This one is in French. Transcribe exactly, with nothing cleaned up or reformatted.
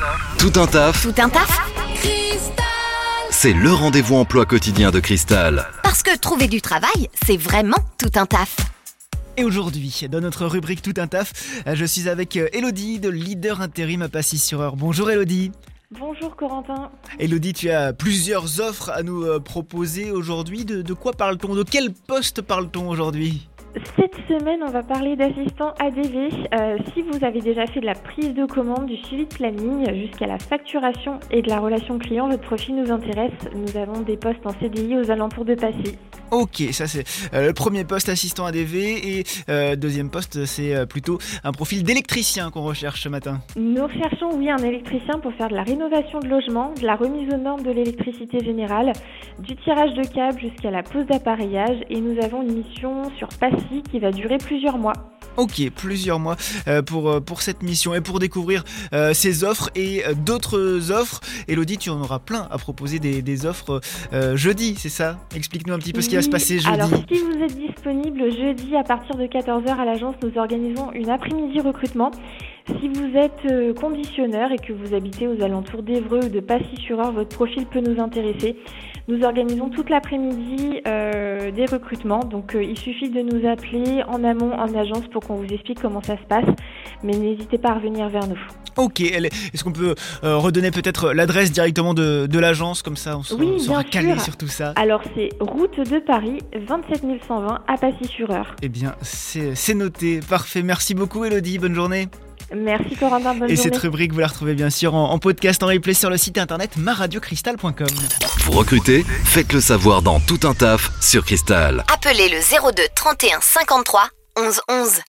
Tout un taf, Tout un taf? c'est le rendez-vous emploi quotidien de Cristal. Parce que trouver du travail, c'est vraiment tout un taf. Et aujourd'hui, dans notre rubrique Tout un taf, je suis avec Elodie de Leader Intérim à Passy-sur-Eure. Bonjour Elodie. Bonjour Corentin. Elodie, tu as plusieurs offres à nous proposer aujourd'hui. De, de quoi parle-t-on? De quel poste parle-t-on aujourd'hui? Cette semaine, on va parler d'assistant A D V. Euh, si vous avez déjà fait de la prise de commande, du suivi de planning, jusqu'à la facturation et de la relation client, votre profil nous intéresse. Nous avons des postes en C D I aux alentours de Passy. Ok, ça c'est euh, le premier poste, assistant A D V, et euh, deuxième poste, c'est euh, plutôt un profil d'électricien qu'on recherche ce matin. Nous recherchons, oui, un électricien pour faire de la rénovation de logement, de la remise aux normes de l'électricité générale, du tirage de câbles jusqu'à la pose d'appareillage, et nous avons une mission sur Passy qui va durer plusieurs mois. Ok, plusieurs mois euh, pour, euh, pour cette mission et pour découvrir euh, ces offres et euh, d'autres offres. Elodie, tu en auras plein à proposer des, des offres euh, jeudi, c'est ça? Explique-nous un petit peu ce qui va se passer jeudi. Alors, si vous êtes disponible jeudi à partir de quatorze heures à l'agence, nous organisons une après-midi recrutement. Si vous êtes euh, conditionneur et que vous habitez aux alentours d'Évreux ou de Passy-sur-Eure, votre profil peut nous intéresser. Nous organisons toute l'après-midi euh, des recrutements, donc euh, il suffit de nous appeler en amont en agence pour qu'on vous explique comment ça se passe, mais n'hésitez pas à revenir vers nous. Ok, est-ce qu'on peut euh, redonner peut-être l'adresse directement de, de l'agence, comme ça on sera, Oui, on sera bien calé sûr. sur tout ça? Alors c'est route de Paris, vingt-sept mille cent vingt à Passy-sur-Eure. Eh bien, c'est, c'est noté, parfait, merci beaucoup Elodie, bonne journée. Merci Corentin, bonne Et journée. cette rubrique, vous la retrouvez bien sûr en, en podcast, en replay sur le site internet ma radio cristal point com. Vous recrutez? Faites-le savoir dans Tout un taf sur Cristal. Appelez le zéro deux trente et un cinquante-trois onze onze.